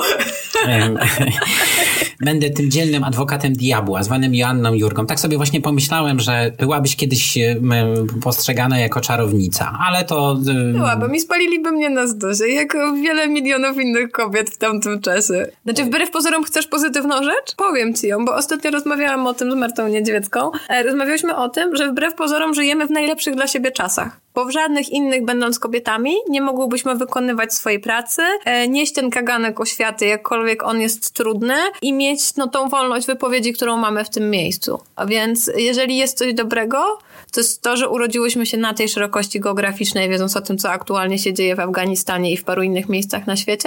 Będę tym dzielnym adwokatem diabła, zwanym Joanną Jurgą. Tak sobie właśnie pomyślałem, że byłabyś kiedyś postrzegana jako czarownica, ale to... Byłabym i spaliliby mnie na stosie, jak wiele milionów innych kobiet w tamtym czasie. Znaczy, wbrew pozorom chcesz pozytywną rzecz? Powiem ci ją, bo ostatnio rozmawiałam o tym z Martą Niedźwiecką. Rozmawiałyśmy o tym, że wbrew pozorom żyjemy w najlepszych dla siebie czasach. Bo w żadnych innych, będąc kobietami, nie mogłybyśmy wykonywać swojej pracy, e, nieść ten kaganek oświaty, jakkolwiek on jest trudny i mieć no, tą wolność wypowiedzi, którą mamy w tym miejscu. A więc jeżeli jest coś dobrego, to jest to, że urodziłyśmy się na tej szerokości geograficznej, wiedząc o tym, co aktualnie się dzieje w Afganistanie i w paru innych miejscach na świecie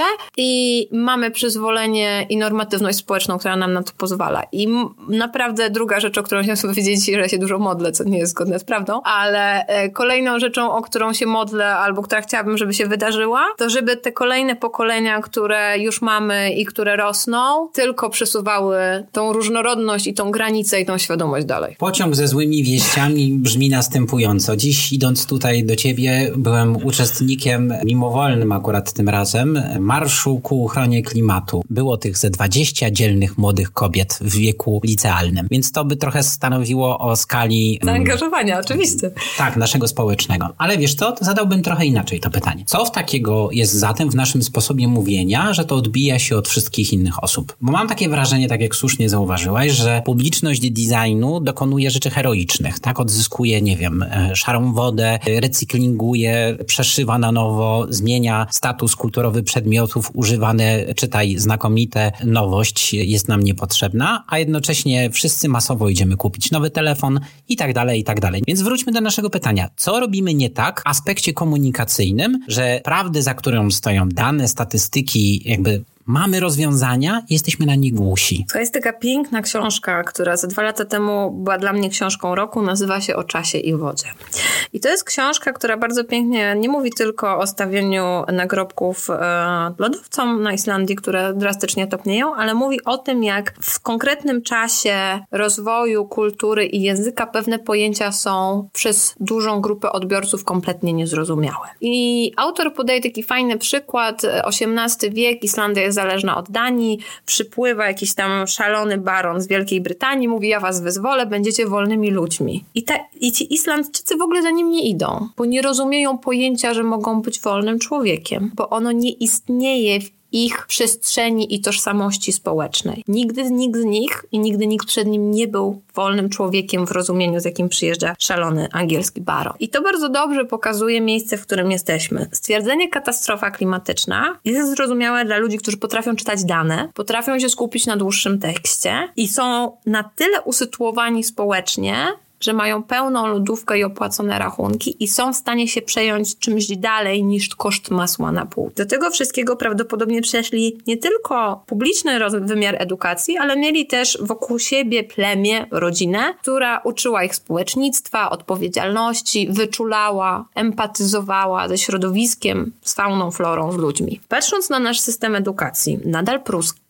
i mamy przyzwolenie i normatywność społeczną, która nam na to pozwala. I m- naprawdę druga rzecz, o którą chciałam sobie powiedzieć, że ja się dużo modlę, co nie jest zgodne z prawdą, ale e, kolejną rzeczą, o którą się modlę albo która chciałabym, żeby się wydarzyła, to żeby te kolejne pokolenia, które już mamy i które rosną, tylko przesuwały tą różnorodność i tą granicę i tą świadomość dalej. Pociąg ze złymi wieściami brzmi następująco. Dziś idąc tutaj do ciebie byłem uczestnikiem mimowolnym akurat tym razem marszu ku ochronie klimatu. Było tych ze dwadzieścia dzielnych młodych kobiet w wieku licealnym, więc to by trochę stanowiło o skali... Zaangażowania, oczywiście. Tak, naszego społecznego. Ale wiesz co, to zadałbym trochę inaczej to pytanie. Co w takiego jest zatem w naszym sposobie mówienia, że to odbija się od wszystkich innych osób? Bo mam takie wrażenie, tak jak słusznie zauważyłaś, że publiczność designu dokonuje rzeczy heroicznych, tak? Odzyskuje, nie wiem, szarą wodę, recyklinguje, przeszywa na nowo, zmienia status kulturowy przedmiotów, używane, czytaj, znakomite, nowość jest nam niepotrzebna, a jednocześnie wszyscy masowo idziemy kupić nowy telefon i tak dalej, i tak dalej. Więc wróćmy do naszego pytania. Co robimy nie tak w aspekcie komunikacyjnym, że prawdy, za którą stoją dane, statystyki, jakby mamy rozwiązania i jesteśmy na nich głusi. To jest taka piękna książka, która za dwa lata temu była dla mnie książką roku, nazywa się O czasie i wodzie. I to jest książka, która bardzo pięknie nie mówi tylko o stawieniu nagrobków e, lodowcom na Islandii, które drastycznie topnieją, ale mówi o tym, jak w konkretnym czasie rozwoju kultury i języka pewne pojęcia są przez dużą grupę odbiorców kompletnie niezrozumiałe. I autor podaje taki fajny przykład. osiemnasty wiek, Islandia jest zależna od Danii, przypływa jakiś tam szalony baron z Wielkiej Brytanii, mówi: ja was wyzwolę, będziecie wolnymi ludźmi. I, ta, i ci Islandczycy w ogóle za nim nie idą, bo nie rozumieją pojęcia, że mogą być wolnym człowiekiem, bo ono nie istnieje w ich przestrzeni i tożsamości społecznej. Nigdy nikt z nich i nigdy nikt przed nim nie był wolnym człowiekiem w rozumieniu, z jakim przyjeżdża szalony angielski baron. I to bardzo dobrze pokazuje miejsce, w którym jesteśmy. Stwierdzenie katastrofa klimatyczna jest zrozumiałe dla ludzi, którzy potrafią czytać dane, potrafią się skupić na dłuższym tekście i są na tyle usytuowani społecznie, że mają pełną lodówkę i opłacone rachunki i są w stanie się przejąć czymś dalej niż koszt masła na pół. Do tego wszystkiego prawdopodobnie przeszli nie tylko publiczny wymiar edukacji, ale mieli też wokół siebie plemię, rodzinę, która uczyła ich społecznictwa, odpowiedzialności, wyczulała, empatyzowała ze środowiskiem, z fauną, florą, z ludźmi. Patrząc na nasz system edukacji, nadal pruski,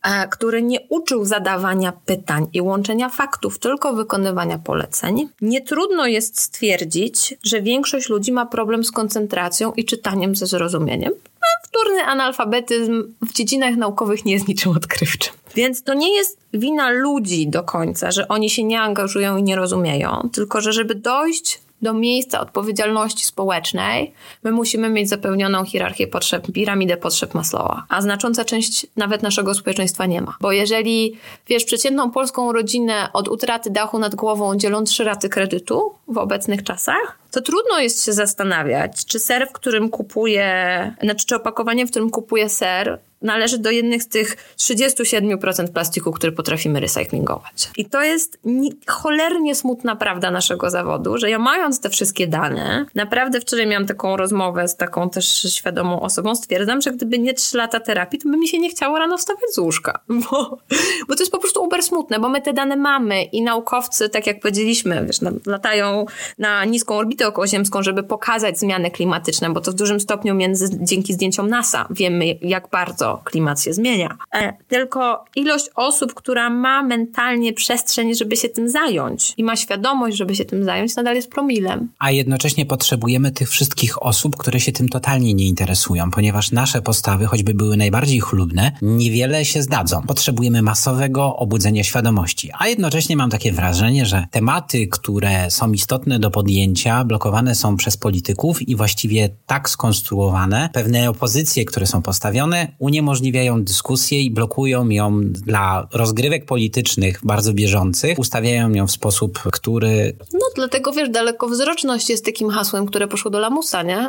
który nie uczył zadawania pytań i łączenia faktów, tylko wykonywania poleceń, nie trudno jest stwierdzić, że większość ludzi ma problem z koncentracją i czytaniem ze zrozumieniem. A wtórny analfabetyzm w dziedzinach naukowych nie jest niczym odkrywczym. Więc to nie jest wina ludzi do końca, że oni się nie angażują i nie rozumieją, tylko że żeby dojść do miejsca odpowiedzialności społecznej, my musimy mieć zapełnioną hierarchię potrzeb, piramidę potrzeb Maslowa. A znacząca część nawet naszego społeczeństwa nie ma. Bo jeżeli, wiesz, przeciętną polską rodzinę od utraty dachu nad głową dzielą trzy raty kredytu w obecnych czasach, to trudno jest się zastanawiać, czy ser, w którym kupuję, znaczy czy opakowanie, w którym kupuję ser, należy do jednych z tych trzydzieści siedem procent plastiku, który potrafimy recyklingować. I to jest cholernie smutna prawda naszego zawodu, że ja mając te wszystkie dane, naprawdę wczoraj miałam taką rozmowę z taką też świadomą osobą, stwierdzam, że gdyby nie trzy lata terapii, to by mi się nie chciało rano wstawać z łóżka. Bo, bo to jest po prostu uber smutne, bo my te dane mamy i naukowcy, tak jak powiedzieliśmy, wiesz, latają na niską orbitę okołoziemską, żeby pokazać zmiany klimatyczne, bo to w dużym stopniu między, dzięki zdjęciom NASA wiemy, jak bardzo klimat się zmienia. E, tylko ilość osób, która ma mentalnie przestrzeń, żeby się tym zająć i ma świadomość, żeby się tym zająć, nadal jest promilem. A jednocześnie potrzebujemy tych wszystkich osób, które się tym totalnie nie interesują, ponieważ nasze postawy, choćby były najbardziej chlubne, niewiele się zdadzą. Potrzebujemy masowego obudzenia świadomości. A jednocześnie mam takie wrażenie, że tematy, które są istotne do podjęcia, blokowane są przez polityków i właściwie tak skonstruowane, pewne opozycje, które są postawione, uniemożliwiają dyskusję i blokują ją dla rozgrywek politycznych bardzo bieżących, ustawiają ją w sposób, który... No dlatego, wiesz, dalekowzroczność jest takim hasłem, które poszło do lamusa, nie?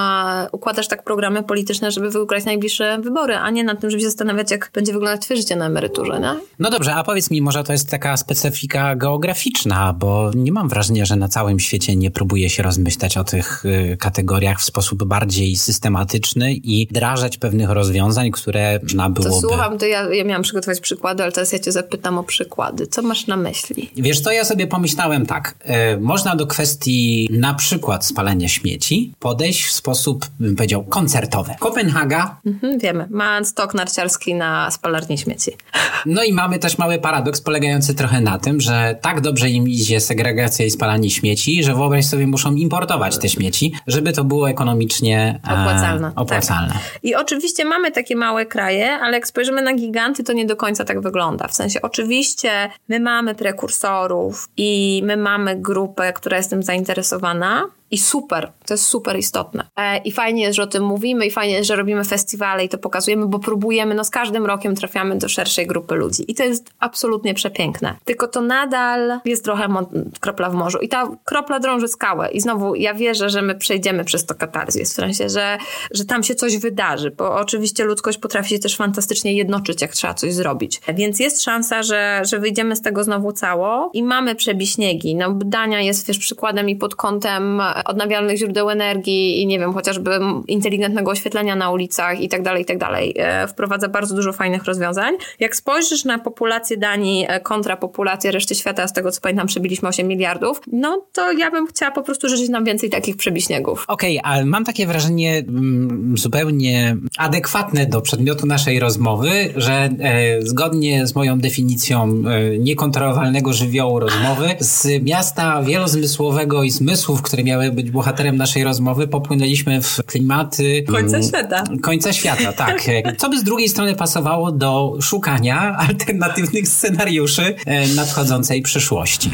A układasz tak programy polityczne, żeby wygrać najbliższe wybory, a nie nad tym, żeby się zastanawiać, jak będzie wyglądać twoje życie na emeryturze, nie? No dobrze, a powiedz mi, może to jest taka specyfika geograficzna, bo nie mam wrażenia, że na całym świecie nie próbuje się rozmyślać o tych y, kategoriach w sposób bardziej systematyczny i wdrażać pewnych rozwiązań, które nabyłoby... To słucham, to ja, ja miałam przygotować przykłady, ale teraz ja cię zapytam o przykłady. Co masz na myśli? Wiesz co, ja sobie pomyślałem tak. Y, można do kwestii na przykład spalania śmieci podejść w sposób, bym powiedział, koncertowy. Kopenhaga... Mhm, wiemy. Ma stok narciarski na spalarni śmieci. No i mamy też mały paradoks polegający trochę na tym, że tak dobrze im idzie segregacja i spalanie śmieci, że wyobraź sobie, muszą importować te śmieci, żeby to było ekonomicznie e, opłacalne. opłacalne. Tak. I oczywiście mamy takie małe kraje, ale jak spojrzymy na giganty, to nie do końca tak wygląda. W sensie oczywiście my mamy prekursorów i my mamy grupę, która jest tym zainteresowana. I super, to jest super istotne. E, I fajnie jest, że o tym mówimy i fajnie jest, że robimy festiwale i to pokazujemy, bo próbujemy, no z każdym rokiem trafiamy do szerszej grupy ludzi. I to jest absolutnie przepiękne. Tylko to nadal jest trochę mo- kropla w morzu. I ta kropla drąży skałę. I znowu ja wierzę, że my przejdziemy przez to katarzję. W sensie, że, że tam się coś wydarzy, bo oczywiście ludzkość potrafi się też fantastycznie jednoczyć, jak trzeba coś zrobić. Więc jest szansa, że, że wyjdziemy z tego znowu cało i mamy przebiśniegi. No Dania jest, wiesz, przykładem i pod kątem odnawialnych źródeł energii i nie wiem, chociażby inteligentnego oświetlenia na ulicach i tak dalej, i tak dalej. Wprowadza bardzo dużo fajnych rozwiązań. Jak spojrzysz na populację Danii kontra populację reszty świata, z tego co pamiętam przebiliśmy osiem miliardów, no to ja bym chciała po prostu życzyć nam więcej takich przebiśniegów. Okej, okay, ale mam takie wrażenie m, zupełnie adekwatne do przedmiotu naszej rozmowy, że e, zgodnie z moją definicją e, niekontrolowalnego żywiołu rozmowy, z miasta wielozmysłowego i zmysłów, które miały być bohaterem naszej rozmowy, popłynęliśmy w klimaty... Końca świata. Końca świata, tak. Co by z drugiej strony pasowało do szukania alternatywnych scenariuszy nadchodzącej przyszłości.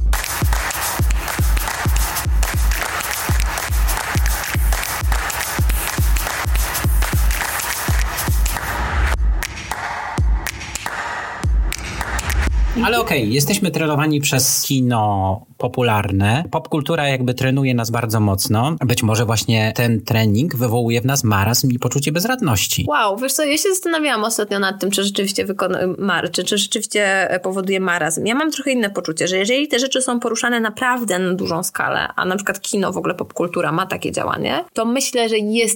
Ale okej, okay, jesteśmy trenowani przez kino popularne. Popkultura jakby trenuje nas bardzo mocno. Być może właśnie ten trening wywołuje w nas marazm i poczucie bezradności. Wow, wiesz co, ja się zastanawiałam ostatnio nad tym, czy rzeczywiście wykon- mar- czy, czy rzeczywiście powoduje marazm. Ja mam trochę inne poczucie, że jeżeli te rzeczy są poruszane naprawdę na dużą skalę, a na przykład kino, w ogóle popkultura ma takie działanie, to myślę, że jest w stanie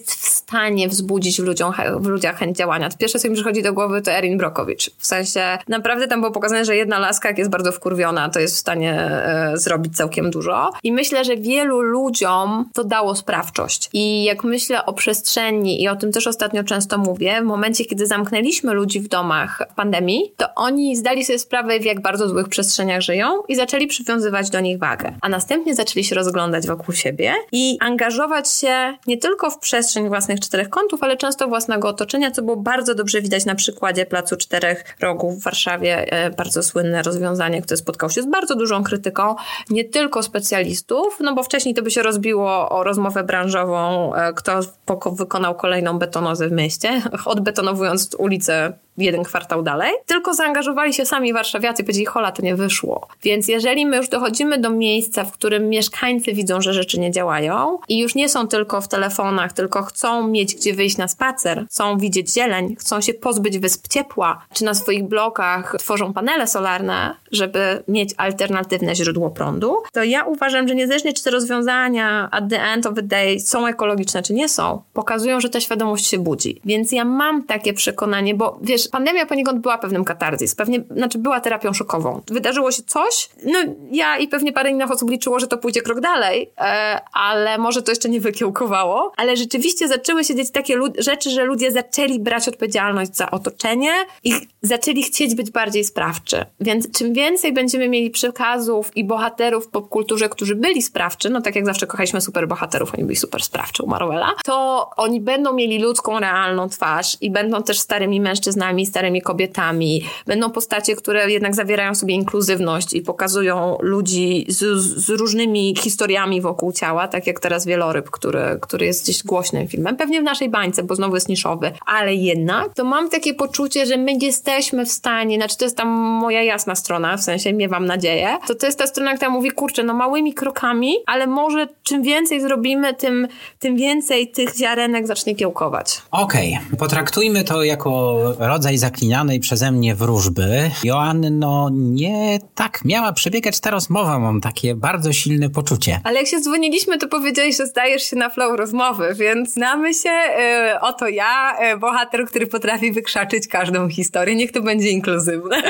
stanie wzbudzić w, ludziom, w ludziach chęć działania. Pierwsze, co mi przychodzi do głowy, to Erin Brockovich. W sensie naprawdę tam było pokazane, że jedna laska, jak jest bardzo wkurwiona, to jest w stanie e, zrobić całkiem dużo. I myślę, że wielu ludziom to dało sprawczość. I jak myślę o przestrzeni i o tym też ostatnio często mówię, w momencie, kiedy zamknęliśmy ludzi w domach w pandemii, to oni zdali sobie sprawę, w jak bardzo złych przestrzeniach żyją i zaczęli przywiązywać do nich wagę. A następnie zaczęli się rozglądać wokół siebie i angażować się nie tylko w przestrzeń własnych czterech kątów, ale często własnego otoczenia, co było bardzo dobrze widać na przykładzie Placu Czterech Rogów w Warszawie. E, bardzo słynne rozwiązanie, które spotkało się z bardzo dużą krytyką, nie tylko specjalistów, no bo wcześniej to by się rozbiło o rozmowę branżową, e, kto poko- wykonał kolejną betonozę w mieście, odbetonowując ulicę jeden kwartał dalej, tylko zaangażowali się sami warszawiacy i powiedzieli, hola, to nie wyszło. Więc jeżeli my już dochodzimy do miejsca, w którym mieszkańcy widzą, że rzeczy nie działają i już nie są tylko w telefonach, tylko chcą mieć gdzie wyjść na spacer, chcą widzieć zieleń, chcą się pozbyć wysp ciepła, czy na swoich blokach tworzą panele solarne, żeby mieć alternatywne źródło prądu, to ja uważam, że niezależnie czy te rozwiązania at the end of the day są ekologiczne, czy nie są, pokazują, że ta świadomość się budzi. Więc ja mam takie przekonanie, bo wiesz, pandemia poniekąd była pewnym katarzis, pewnie, znaczy była terapią szokową. Wydarzyło się coś, no ja i pewnie parę innych osób liczyło, że to pójdzie krok dalej, e, ale może to jeszcze nie wykiełkowało, ale rzeczywiście zaczęły się dziać takie lu- rzeczy, że ludzie zaczęli brać odpowiedzialność za otoczenie i zaczęli chcieć być bardziej sprawczy. Więc czym więcej będziemy mieli przekazów i bohaterów w popkulturze, którzy byli sprawczy, no tak jak zawsze kochaliśmy superbohaterów, oni byli super sprawczy u Marvela, to oni będą mieli ludzką, realną twarz i będą też starymi mężczyznami, starymi kobietami. Będą postacie, które jednak zawierają sobie inkluzywność i pokazują ludzi z, z różnymi historiami wokół ciała, tak jak teraz Wieloryb, który, który jest gdzieś głośnym filmem. Pewnie w naszej bańce, bo znowu jest niszowy, ale jednak to mam takie poczucie, że my jesteśmy w stanie, znaczy to jest tam moja jasna strona, w sensie miewam nadzieję, to to jest ta strona, która mówi, kurczę, no małymi krokami, ale może czym więcej zrobimy, tym, tym więcej tych ziarenek zacznie kiełkować. Okej, okay. Potraktujmy to jako rodzaj zaklinanej przeze mnie wróżby. Joanno, nie tak miała przebiegać ta rozmowa, mam takie bardzo silne poczucie. Ale jak się dzwoniliśmy, to powiedziałeś, że zdajesz się na flow rozmowy, więc znamy się. Yy, oto ja, yy, bohater, który potrafi wykrzaczyć każdą historię. Niech to będzie inkluzywne.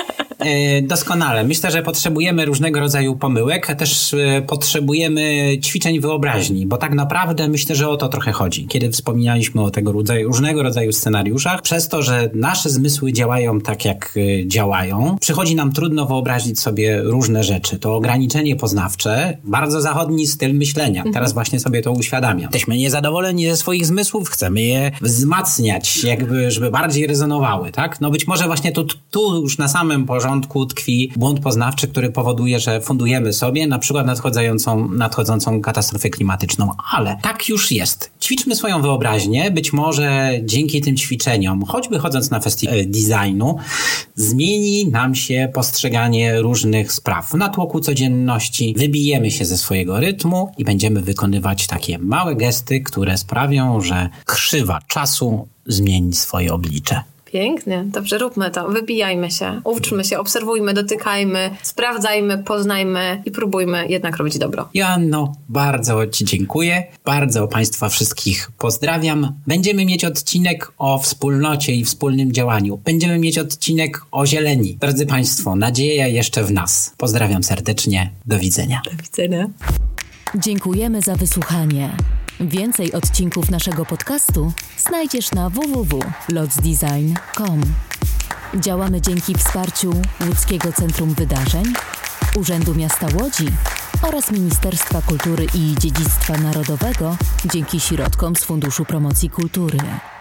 Doskonale. Myślę, że potrzebujemy różnego rodzaju pomyłek, a też potrzebujemy ćwiczeń wyobraźni, bo tak naprawdę myślę, że o to trochę chodzi. Kiedy wspominaliśmy o tego rodzaju, różnego rodzaju scenariuszach, przez to, że nasze zmysły działają tak, jak działają, przychodzi nam trudno wyobrazić sobie różne rzeczy. To ograniczenie poznawcze, bardzo zachodni styl myślenia. Mhm. Teraz właśnie sobie to uświadamiam. Jesteśmy niezadowoleni ze swoich zmysłów, chcemy je wzmacniać, jakby, żeby bardziej rezonowały, tak? No być może właśnie tu, tu już na samym porządku tkwi błąd poznawczy, który powoduje, że fundujemy sobie na przykład nadchodzącą, nadchodzącą katastrofę klimatyczną. Ale tak już jest. Ćwiczmy swoją wyobraźnię. Być może dzięki tym ćwiczeniom, choćby chodząc na festiwal designu, zmieni nam się postrzeganie różnych spraw. W natłoku codzienności wybijemy się ze swojego rytmu i będziemy wykonywać takie małe gesty, które sprawią, że krzywa czasu zmieni swoje oblicze. Pięknie, dobrze, róbmy to. Wybijajmy się, uczmy się, obserwujmy, dotykajmy, sprawdzajmy, poznajmy i próbujmy jednak robić dobro. Joanno, bardzo Ci dziękuję. Bardzo Państwa wszystkich pozdrawiam. Będziemy mieć odcinek o wspólnocie i wspólnym działaniu. Będziemy mieć odcinek o zieleni. Drodzy Państwo, nadzieja jeszcze w nas. Pozdrawiam serdecznie. Do widzenia. Do widzenia. Dziękujemy za wysłuchanie. Więcej odcinków naszego podcastu znajdziesz na w w w kropka lotsdesign kropka com. Działamy dzięki wsparciu Łódzkiego Centrum Wydarzeń, Urzędu Miasta Łodzi oraz Ministerstwa Kultury i Dziedzictwa Narodowego dzięki środkom z Funduszu Promocji Kultury.